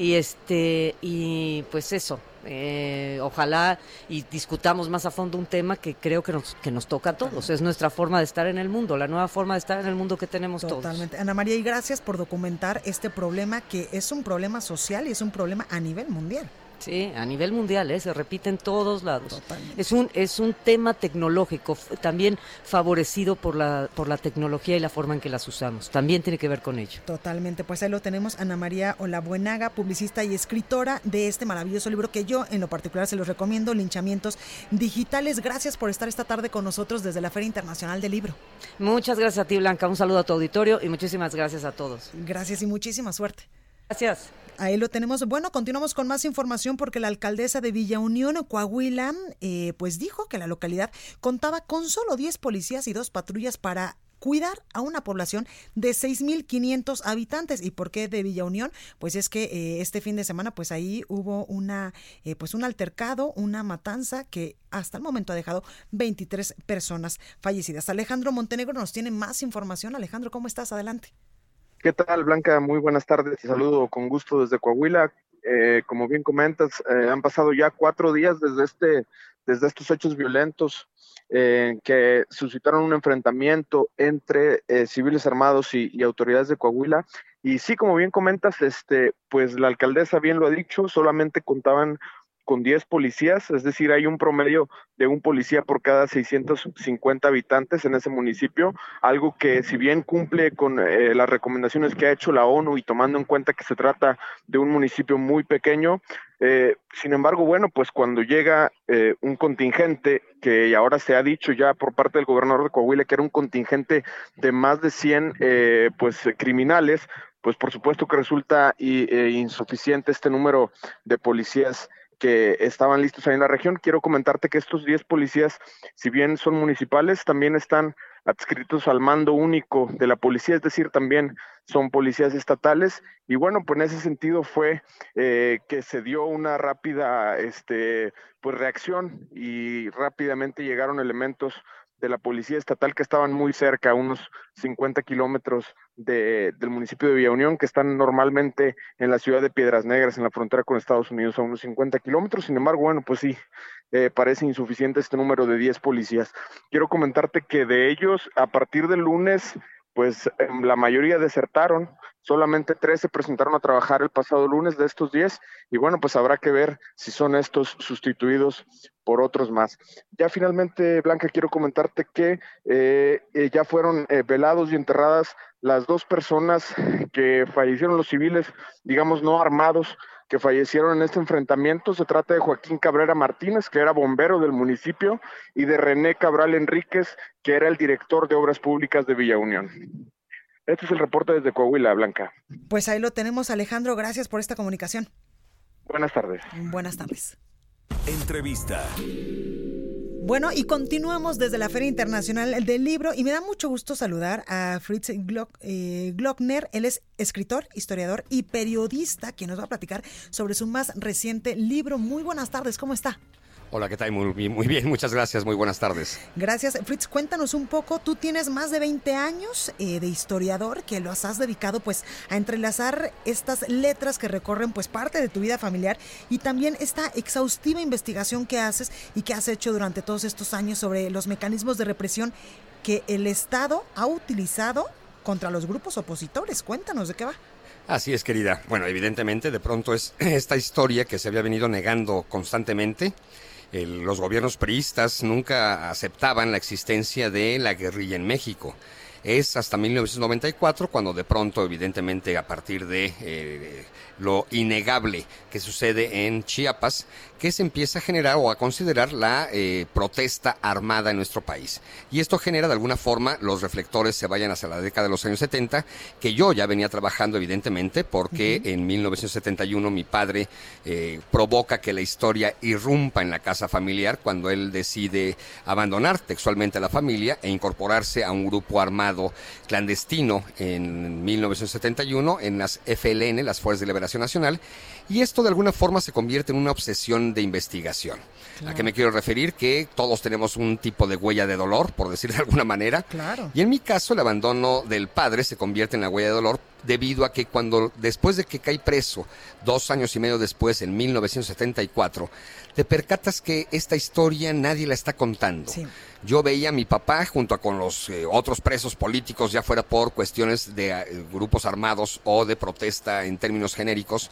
y pues eso, ojalá y discutamos más a fondo un tema que creo que nos toca a todos, es nuestra forma de estar en el mundo, la nueva forma de estar en el mundo que tenemos todos. Totalmente. Ana María, y gracias por documentar este problema que es un problema social y es un problema a nivel mundial. Sí, a nivel mundial, se repite en todos lados. Totalmente. Es un tema tecnológico, también favorecido por la tecnología y la forma en que las usamos. También tiene que ver con ello. Totalmente, pues ahí lo tenemos, Ana María Olabuenaga, publicista y escritora de este maravilloso libro que yo en lo particular se los recomiendo, Linchamientos Digitales. Gracias por estar esta tarde con nosotros desde la Feria Internacional del Libro. Muchas gracias a ti, Blanca, un saludo a tu auditorio y muchísimas gracias a todos. Gracias y muchísima suerte. Gracias. Ahí lo tenemos. Bueno, continuamos con más información porque la alcaldesa de Villa Unión, Coahuila, pues dijo que la localidad contaba con solo 10 policías y 2 patrullas para cuidar a una población de 6,500 habitantes. ¿Y por qué de Villa Unión? Pues es que este fin de semana pues ahí hubo un altercado, una matanza que hasta el momento ha dejado 23 personas fallecidas. Alejandro Montenegro nos tiene más información. Alejandro, ¿cómo estás? Adelante. ¿Qué tal, Blanca? Muy buenas tardes. Te saludo con gusto desde Coahuila. Como bien comentas, han pasado ya 4 días desde estos hechos violentos que suscitaron un enfrentamiento entre civiles armados y autoridades de Coahuila. Y sí, como bien comentas, pues la alcaldesa bien lo ha dicho, solamente contaban con 10 policías, es decir, hay un promedio de un policía por cada 650 habitantes en ese municipio, algo que si bien cumple con las recomendaciones que ha hecho la ONU y tomando en cuenta que se trata de un municipio muy pequeño, sin embargo, bueno, pues cuando llega un contingente que ahora se ha dicho ya por parte del gobernador de Coahuila que era un contingente de más de 100 criminales, pues por supuesto que resulta insuficiente este número de policías que estaban listos ahí en la región. Quiero comentarte que estos 10 policías, si bien son municipales, también están adscritos al mando único de la policía, es decir, también son policías estatales, y bueno, pues en ese sentido fue que se dio una rápida pues reacción y rápidamente llegaron elementos de la policía estatal que estaban muy cerca, a unos 50 kilómetros del municipio de Villa Unión, que están normalmente en la ciudad de Piedras Negras, en la frontera con Estados Unidos, a unos 50 kilómetros. Sin embargo, bueno, pues sí, parece insuficiente este número de 10 policías. Quiero comentarte que de ellos, a partir del lunes, pues la mayoría desertaron, solamente 3 se presentaron a trabajar el pasado lunes de estos 10, y bueno, pues habrá que ver si son estos sustituidos por otros más. Ya finalmente, Blanca, quiero comentarte que ya fueron velados y enterradas las 2 personas que fallecieron, los civiles, digamos, no armados, que fallecieron en este enfrentamiento. Se trata de Joaquín Cabrera Martínez, que era bombero del municipio, y de René Cabral Enríquez, que era el director de Obras Públicas de Villa Unión. Este es el reporte desde Coahuila, Blanca. Pues ahí lo tenemos, Alejandro. Gracias por esta comunicación. Buenas tardes. Buenas tardes. Entrevista. Bueno, y continuamos desde la Feria Internacional del Libro y me da mucho gusto saludar a Fritz Glockner. Él es escritor, historiador y periodista, quien nos va a platicar sobre su más reciente libro. Muy buenas tardes, ¿cómo está? Hola, ¿qué tal? Muy bien, muchas gracias, muy buenas tardes. Gracias, Fritz, cuéntanos un poco. Tú tienes más de 20 años de historiador, que los has dedicado pues a entrelazar estas letras que recorren pues parte de tu vida familiar y también esta exhaustiva investigación que haces y que has hecho durante todos estos años sobre los mecanismos de represión que el Estado ha utilizado contra los grupos opositores. Cuéntanos, ¿de qué va? Así es, querida. Bueno, evidentemente, de pronto es esta historia que se había venido negando constantemente. Los gobiernos priistas nunca aceptaban la existencia de la guerrilla en México. Es hasta 1994 cuando de pronto, evidentemente, a partir de lo innegable que sucede en Chiapas, que se empieza a generar o a considerar la protesta armada en nuestro país. Y esto genera, de alguna forma, los reflectores se vayan hacia la década de los años 70, que yo ya venía trabajando, evidentemente, porque en 1971 mi padre provoca que la historia irrumpa en la casa familiar cuando él decide abandonar textualmente a la familia e incorporarse a un grupo armado clandestino en 1971 en las FLN, las Fuerzas de Liberación Nacional, y esto de alguna forma se convierte en una obsesión de investigación. Claro. ¿A qué me quiero referir? Que todos tenemos un tipo de huella de dolor, por decir de alguna manera. Claro. Y en mi caso, el abandono del padre se convierte en la huella de dolor debido a que después de que cae preso, 2 años y medio después, en 1974, te percatas que esta historia nadie la está contando. Sí. Yo veía a mi papá junto con los otros presos políticos, ya fuera por cuestiones de grupos armados o de protesta en términos genéricos,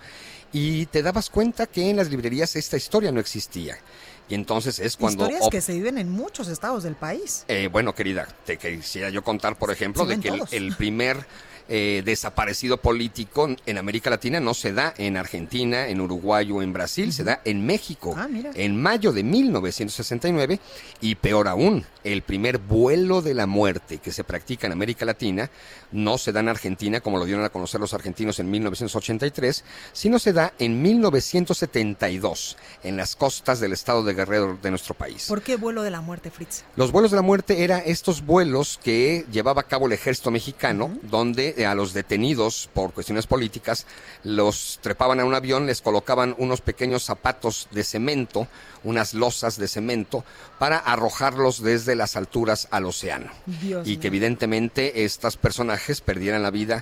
y te dabas cuenta que en las librerías esta historia no existía. Y entonces es cuando... Historias que se viven en muchos estados del país. Bueno, querida, te quisiera yo contar, por ejemplo, de que el primer desaparecido político en América Latina no se da en Argentina, en Uruguay o en Brasil, se da en México, en mayo de 1969, y peor aún, el primer vuelo de la muerte que se practica en América Latina no se da en Argentina, como lo dieron a conocer los argentinos en 1983, sino se da en 1972, en las costas del estado de Guerrero de nuestro país. ¿Por qué vuelo de la muerte, Fritz? Los vuelos de la muerte eran estos vuelos que llevaba a cabo el ejército mexicano, donde a los detenidos por cuestiones políticas los trepaban a un avión, les colocaban unos pequeños zapatos de cemento, unas losas de cemento, para arrojarlos desde las alturas al océano. Y que evidentemente estos personajes perdieran la vida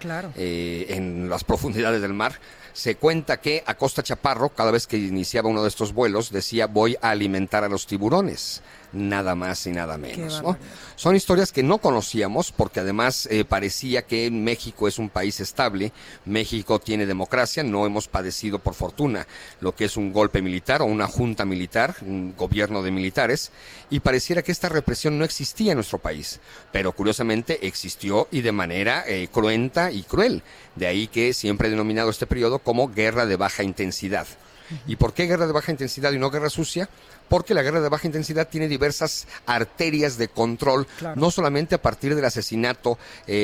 en las profundidades del mar. Se cuenta que Acosta Chaparro, cada vez que iniciaba uno de estos vuelos, decía: voy a alimentar a los tiburones. Nada más y nada menos, ¿no? Son historias que no conocíamos, porque además parecía que México es un país estable, México tiene democracia, no hemos padecido por fortuna lo que es un golpe militar o una junta militar, un gobierno de militares, y pareciera que esta represión no existía en nuestro país, pero curiosamente existió, y de manera cruenta y cruel. De ahí que siempre he denominado este periodo como guerra de baja intensidad. ¿Y por qué guerra de baja intensidad y no guerra sucia? Porque la guerra de baja intensidad tiene diversas arterias de control, no solamente a partir del asesinato,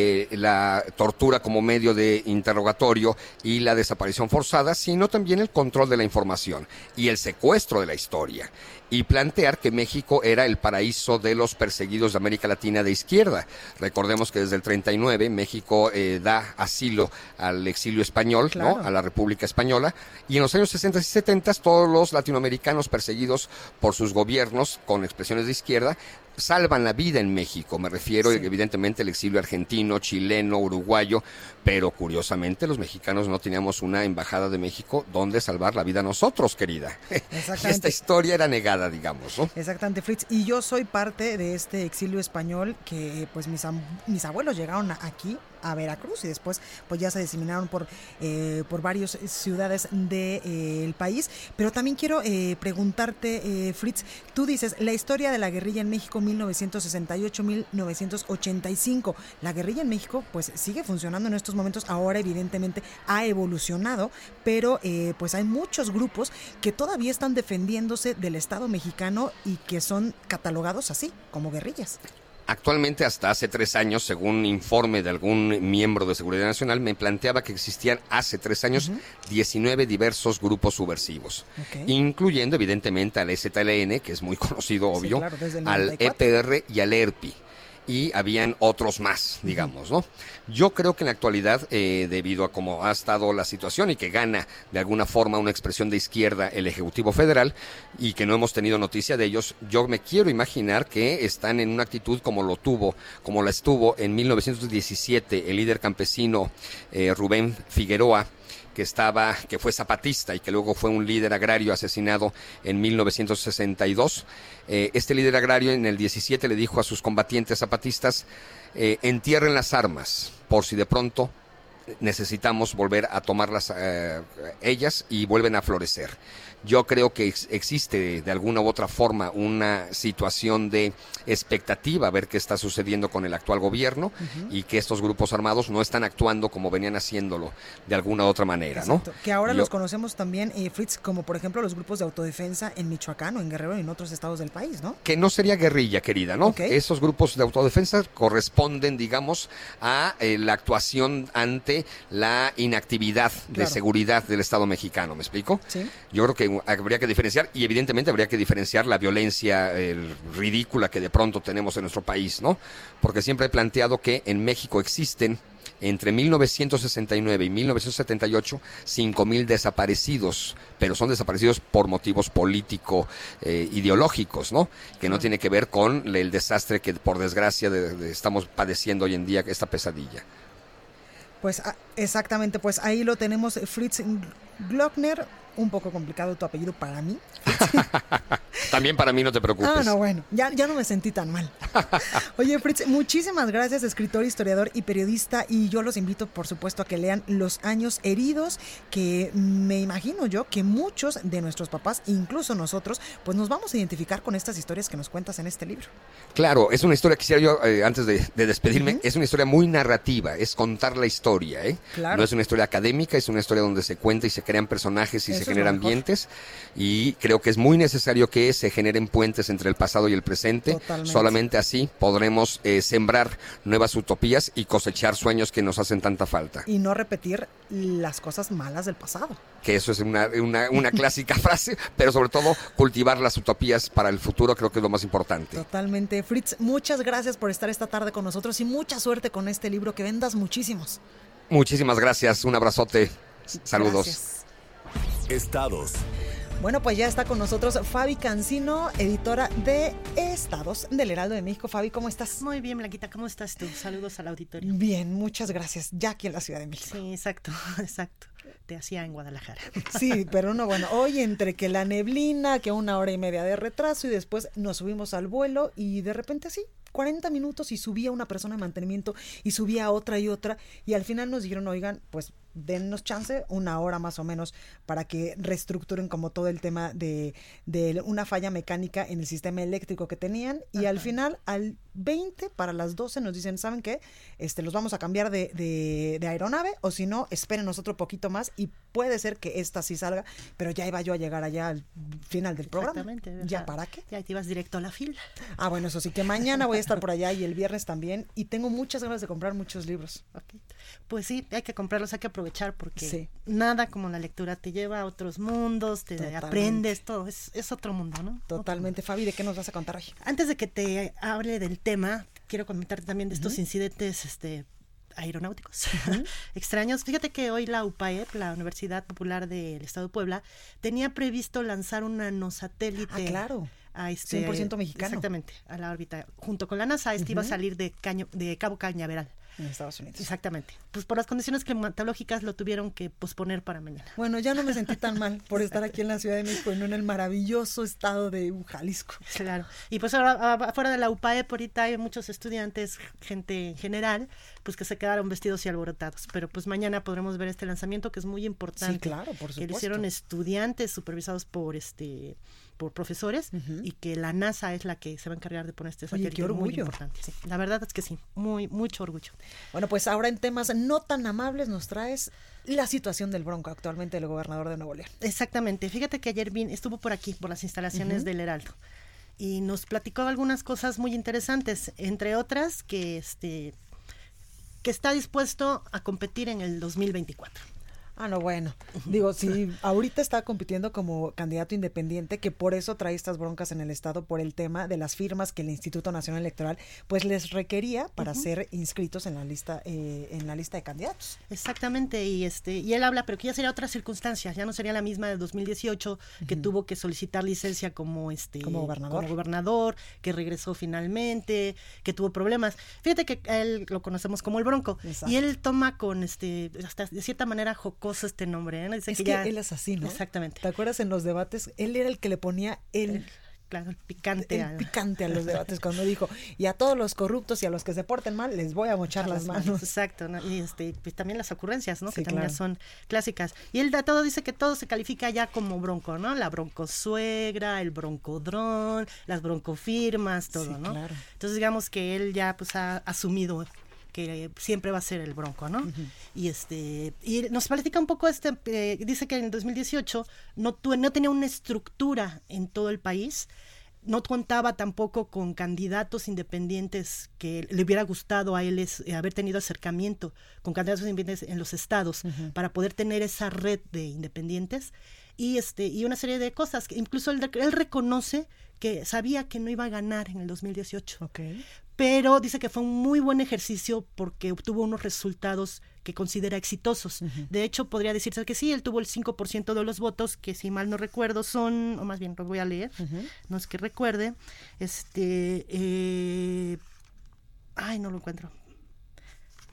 la tortura como medio de interrogatorio y la desaparición forzada, sino también el control de la información y el secuestro de la historia. Y plantear que México era el paraíso de los perseguidos de América Latina de izquierda. Recordemos que desde el 39 México da asilo al exilio español, ¿no? A la República Española, y en los años 60 y 70 todos los latinoamericanos perseguidos por sus gobiernos con expresiones de izquierda salvan la vida en México. Me refiero evidentemente al exilio argentino, chileno, uruguayo, pero curiosamente los mexicanos no teníamos una embajada de México donde salvar la vida nosotros, querida. Y esta historia era negada, digamos, ¿no? Exactamente, Fritz. Y yo soy parte de este exilio español que pues mis abuelos llegaron aquí a Veracruz y después pues ya se diseminaron por varias ciudades del país. Pero también quiero preguntarte, Fritz, tú dices la historia de la guerrilla en México 1968-1985. La guerrilla en México pues sigue funcionando en estos momentos. Ahora evidentemente ha evolucionado, pero pues hay muchos grupos que todavía están defendiéndose del Estado mexicano y que son catalogados así, como guerrillas. Actualmente, hasta hace 3 años, según un informe de algún miembro de Seguridad Nacional, me planteaba que existían hace 3 años 19 diversos grupos subversivos, incluyendo evidentemente al EZLN, que es muy conocido, obvio, al EPR y al ERPI. Y habían otros más, digamos, ¿no? Yo creo que en la actualidad, debido a cómo ha estado la situación y que gana de alguna forma una expresión de izquierda el Ejecutivo Federal y que no hemos tenido noticia de ellos, yo me quiero imaginar que están en una actitud como la estuvo en 1917 el líder campesino Rubén Figueroa, que fue zapatista y que luego fue un líder agrario asesinado en 1962. Este líder agrario en el 17 le dijo a sus combatientes zapatistas: entierren las armas por si de pronto necesitamos volver a tomarlas ellas y vuelven a florecer. Yo creo que existe de alguna u otra forma una situación de expectativa a ver qué está sucediendo con el actual gobierno y que estos grupos armados no están actuando como venían haciéndolo de alguna u otra manera, ¿no? Que ahora los conocemos también, Fritz, como por ejemplo los grupos de autodefensa en Michoacán o en Guerrero y en otros estados del país, ¿no? Que no sería guerrilla, querida, ¿no? Esos grupos de autodefensa corresponden, digamos, a la actuación ante la inactividad de seguridad del Estado mexicano, ¿me explico? Sí. Yo creo que habría que diferenciar, y evidentemente habría que diferenciar la violencia ridícula que de pronto tenemos en nuestro país, ¿no? Porque siempre he planteado que en México existen entre 1969 y 1978 5,000 desaparecidos, pero son desaparecidos por motivos político-ideológicos, ¿no? Que no tiene que ver con el desastre que por desgracia estamos padeciendo hoy en día, esta pesadilla. Pues exactamente, pues ahí lo tenemos, Fritz Glockner. Un poco complicado tu apellido para mí. También para mí, no te preocupes. Ah, no, bueno, ya no me sentí tan mal. Oye, Fritz, muchísimas gracias, escritor, historiador y periodista, y yo los invito, por supuesto, a que lean Los años heridos, que me imagino yo que muchos de nuestros papás, incluso nosotros, pues nos vamos a identificar con estas historias que nos cuentas en este libro. Claro, es una historia, quisiera yo, antes de despedirme, es una historia muy narrativa, es contar la historia, ¿eh? Claro. No es una historia académica, es una historia donde se cuenta y se crean personajes y se generan ambientes, y creo que es muy necesario que se generen puentes entre el pasado y el presente. Totalmente. Solamente así podremos sembrar nuevas utopías y cosechar sueños que nos hacen tanta falta. Y no repetir las cosas malas del pasado. Que eso es una clásica frase, pero sobre todo cultivar las utopías para el futuro creo que es lo más importante. Totalmente. Fritz, muchas gracias por estar esta tarde con nosotros y mucha suerte con este libro, que vendas muchísimos. Muchísimas gracias, un abrazote, saludos. Gracias. Estados. Bueno, pues ya está con nosotros Fabi Cancino, editora de Estados del Heraldo de México. Fabi, ¿cómo estás? Muy bien, Blanquita, ¿cómo estás tú? Saludos al auditorio. Bien, muchas gracias. Ya aquí en la Ciudad de México. Sí, exacto. Te hacía en Guadalajara. Sí, pero no, bueno, hoy entre que la neblina, que 1 hora y media de retraso, y después nos subimos al vuelo y de repente así, 40 minutos y subía una persona de mantenimiento y subía otra y otra, y al final nos dijeron, oigan, pues dennos chance, 1 hora más o menos, para que reestructuren como todo el tema de una falla mecánica en el sistema eléctrico que tenían, y al final, al 20 para las 12 nos dicen, ¿saben qué? Los vamos a cambiar de aeronave, o si no, espérenos otro poquito más, y puede ser que esta sí salga, pero ya iba yo a llegar allá al final del programa. Exactamente. ¿Ya para qué? Ya te ibas directo a la fila. Ah, bueno, eso sí, que mañana voy a estar por allá y el viernes también, y tengo muchas ganas de comprar muchos libros. Okay. Pues sí, hay que comprarlos, hay que aprovechar, porque sí, nada como la lectura te lleva a otros mundos, te aprendes todo, es otro mundo, ¿no? Totalmente. Fabi, ¿de qué nos vas a contar hoy? Antes de que te hable del tema, quiero comentarte también de estos incidentes aeronáuticos extraños. Fíjate que hoy la UPAEP, la Universidad Popular del Estado de Puebla, tenía previsto lanzar un nanosatélite. Ah, claro. A 100% mexicano. Exactamente, a la órbita. Junto con la NASA, iba a salir de Cabo Cañaveral. En Estados Unidos. Exactamente. Pues por las condiciones climatológicas lo tuvieron que posponer para mañana. Bueno, ya no me sentí tan mal por estar aquí en la Ciudad de México y no en el maravilloso estado de Jalisco. Claro. Y pues ahora, afuera de la UPAEP ahorita hay muchos estudiantes, gente en general, pues que se quedaron vestidos y alborotados. Pero pues mañana podremos ver este lanzamiento, que es muy importante. Sí, claro, por supuesto. Que lo hicieron estudiantes supervisados por profesores, y que la NASA es la que se va a encargar de poner este satélite. Oye, qué orgullo. Muy importante, sí. La verdad es que sí, mucho orgullo. Bueno, pues ahora en temas no tan amables nos traes la situación del Bronco, actualmente el gobernador de Nuevo León. Exactamente. Fíjate que ayer estuvo por aquí, por las instalaciones del Heraldo, y nos platicó algunas cosas muy interesantes, entre otras que está dispuesto a competir en el 2024. Ah, no, bueno. Digo, si ahorita está compitiendo como candidato independiente, que por eso trae estas broncas en el estado, por el tema de las firmas que el Instituto Nacional Electoral pues les requería para ser inscritos en la lista de candidatos. Exactamente, y él habla, pero que ya sería otra circunstancia, ya no sería la misma de 2018, que tuvo que solicitar licencia como gobernador, que regresó finalmente, que tuvo problemas. Fíjate que a él lo conocemos como el Bronco. Exacto. Y él toma con hasta de cierta manera este nombre, ¿no? Dice que él es así, ¿no? Exactamente. ¿Te acuerdas en los debates? Él era el que le ponía el picante a los debates, cuando dijo, y a todos los corruptos y a los que se porten mal les voy a mochar las manos. Exacto, ¿no? Y pues también las ocurrencias, ¿no? Sí, que también son clásicas. Y él de todo dice que todo se califica ya como bronco, ¿no? La broncosuegra, el broncodrón, las broncofirmas, todo, ¿no? Claro. Entonces digamos que él ya pues ha asumido que siempre va a ser el Bronco, ¿no? Y nos platica un poco dice que en 2018 no tenía una estructura en todo el país, no contaba tampoco con candidatos independientes que le hubiera gustado a él haber tenido acercamiento con candidatos independientes en los estados para poder tener esa red de independientes y una serie de cosas que incluso él reconoce que sabía que no iba a ganar en el 2018. Okay. Pero dice que fue un muy buen ejercicio porque obtuvo unos resultados que considera exitosos. De hecho, podría decirse que sí, él tuvo el 5% de los votos, que si mal no recuerdo son, o más bien lo voy a leer, no es que recuerde, no lo encuentro.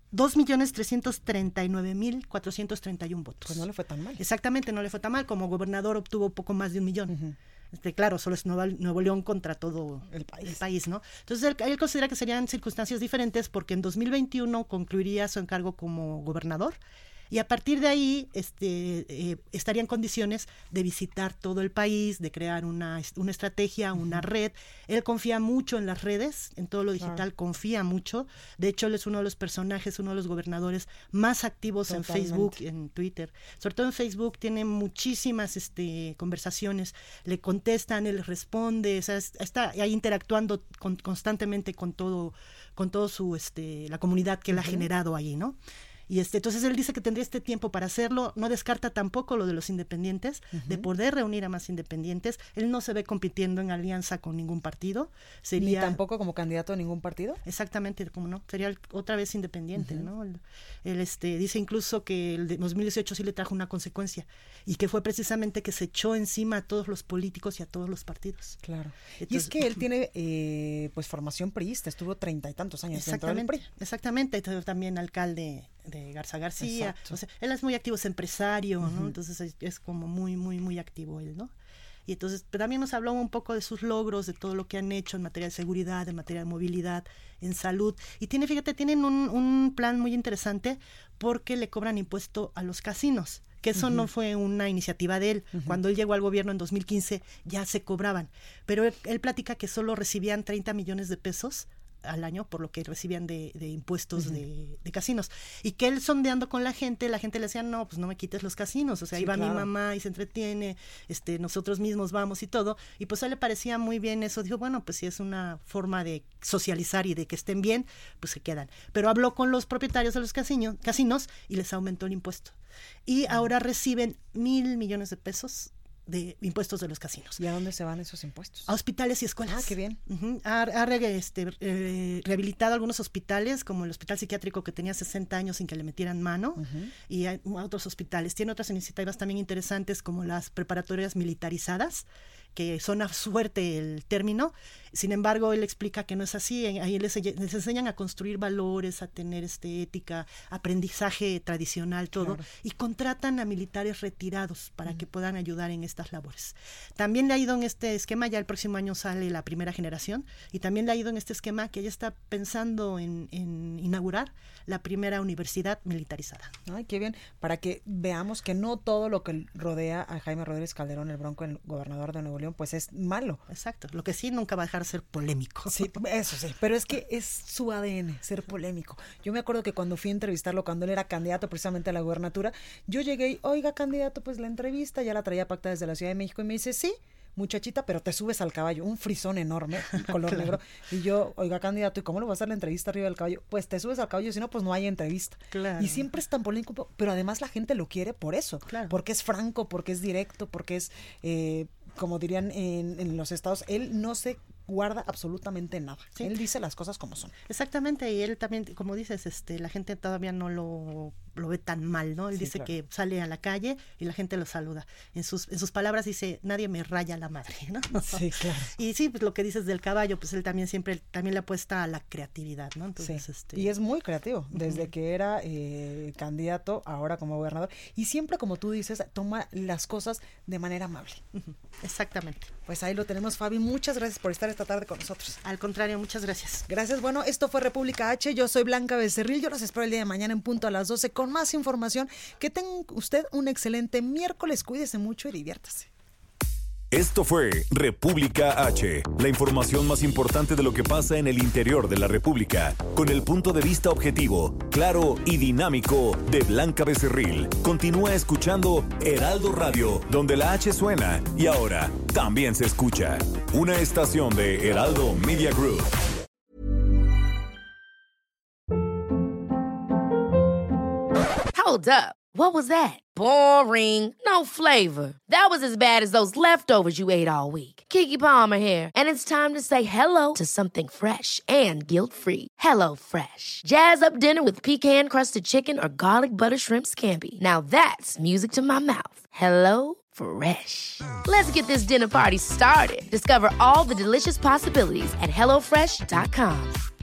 2.339.431 votos. Pues no le fue tan mal. Exactamente, no le fue tan mal. Como gobernador obtuvo poco más de 1 millón. Claro, solo es Nuevo León contra todo el país, ¿no? Entonces él considera que serían circunstancias diferentes porque en 2021 concluiría su encargo como gobernador. Y a partir de ahí estaría en condiciones de visitar todo el país, de crear una estrategia, una red. Él confía mucho en las redes, en todo lo digital, confía mucho. De hecho, él es uno de los personajes, uno de los gobernadores más activos en Facebook, en Twitter. Sobre todo en Facebook tiene muchísimas conversaciones, le contestan, él les responde, o sea, está ahí interactuando constantemente con todo su la comunidad que él ha generado ahí, ¿no? Y entonces él dice que tendría este tiempo para hacerlo, no descarta tampoco lo de los independientes, de poder reunir a más independientes. Él no se ve compitiendo en alianza con ningún partido. Ni tampoco como candidato a ningún partido. Exactamente, como no, sería otra vez independiente, ¿no? Él dice incluso que el de 2018 sí le trajo una consecuencia, y que fue precisamente que se echó encima a todos los políticos y a todos los partidos. Claro. Entonces, y es que él tiene pues formación priista, estuvo 30 y tantos años dentro del PRI. Exactamente, también alcalde de Garza García. O sea, él es muy activo, es empresario, ¿no? Entonces es como muy, muy, muy activo él, ¿no? Y entonces también nos habló un poco de sus logros, de todo lo que han hecho en materia de seguridad, en materia de movilidad, en salud. Y tienen un plan muy interesante porque le cobran impuesto a los casinos, que eso no fue una iniciativa de él. Cuando él llegó al gobierno en 2015 ya se cobraban, pero él platica que solo recibían 30 millones de pesos al año por lo que recibían de impuestos de casinos, y que él sondeando con la gente le decía, no, pues no me quites los casinos, o sea, iba mi mamá y se entretiene, nosotros mismos vamos y todo, y pues a él le parecía muy bien eso. Dijo, bueno, pues si es una forma de socializar y de que estén bien, pues se quedan. Pero habló con los propietarios de los casinos y les aumentó el impuesto, y ahora reciben 1,000 millones de pesos de impuestos de los casinos. ¿Y a dónde se van esos impuestos? A hospitales y escuelas. Ah, qué bien. Ha rehabilitado algunos hospitales, como el hospital psiquiátrico que tenía 60 años sin que le metieran mano, y hay otros hospitales. Tiene otras iniciativas también interesantes, como las preparatorias militarizadas, que suena fuerte el término. Sin embargo, él explica que no es así. Ahí les enseñan a construir valores, a tener ética, aprendizaje tradicional, todo, y contratan a militares retirados para que puedan ayudar en estas labores. También le ha ido en este esquema, ya el próximo año sale la primera generación, y también le ha ido en este esquema que ella está pensando en inaugurar la primera universidad militarizada. Ay, qué bien, para que veamos que no todo lo que rodea a Jaime Rodríguez Calderón, el Bronco, el gobernador de Nuevo León, pues es malo. Exacto, lo que sí nunca va a dejar de ser polémico. Sí, eso sí, pero es que es su ADN, ser polémico. Yo me acuerdo que cuando fui a entrevistarlo, cuando él era candidato precisamente a la gubernatura, yo llegué y, oiga, candidato, pues la entrevista ya la traía pactada desde la Ciudad de México, y me dice, sí, muchachita, pero te subes al caballo, un frisón enorme, color negro, y yo, oiga, candidato, ¿y cómo le vas a hacer la entrevista arriba del caballo? Pues te subes al caballo, si no, pues no hay entrevista. Claro. Y siempre es tan polémico, pero además la gente lo quiere por eso, porque es franco, porque es directo, porque es, como dirían en los estados, él no se guarda absolutamente nada. Sí. Él dice las cosas como son. Exactamente, y él también, como dices, la gente todavía no lo ve tan mal, ¿no? Él dice que sale a la calle y la gente lo saluda. En sus palabras dice, nadie me raya la madre, ¿no? Sí, claro. Y sí, pues lo que dices del caballo, pues él también siempre le apuesta a la creatividad, ¿no? Entonces, y es muy creativo, desde que era candidato, ahora como gobernador, y siempre, como tú dices, toma las cosas de manera amable. Exactamente. Pues ahí lo tenemos, Fabi. Muchas gracias por estar esta tarde con nosotros. Al contrario, muchas gracias. Gracias. Bueno, esto fue República H. Yo soy Blanca Becerril. Yo los espero el día de mañana en punto a las 12 con más información. Que tenga usted un excelente miércoles. Cuídese mucho y diviértase. Esto fue República H, la información más importante de lo que pasa en el interior de la República, con el punto de vista objetivo, claro y dinámico de Blanca Becerril. Continúa escuchando Heraldo Radio, donde la H suena y ahora también se escucha. Una estación de Heraldo Media Group. Hold up. What was that? Boring. No flavor. That was as bad as those leftovers you ate all week. Keke Palmer here, and it's time to say hello to something fresh and guilt-free. Hello Fresh. Jazz up dinner with pecan-crusted chicken or garlic butter shrimp scampi. Now that's music to my mouth. Hello Fresh. Let's get this dinner party started. Discover all the delicious possibilities at HelloFresh.com.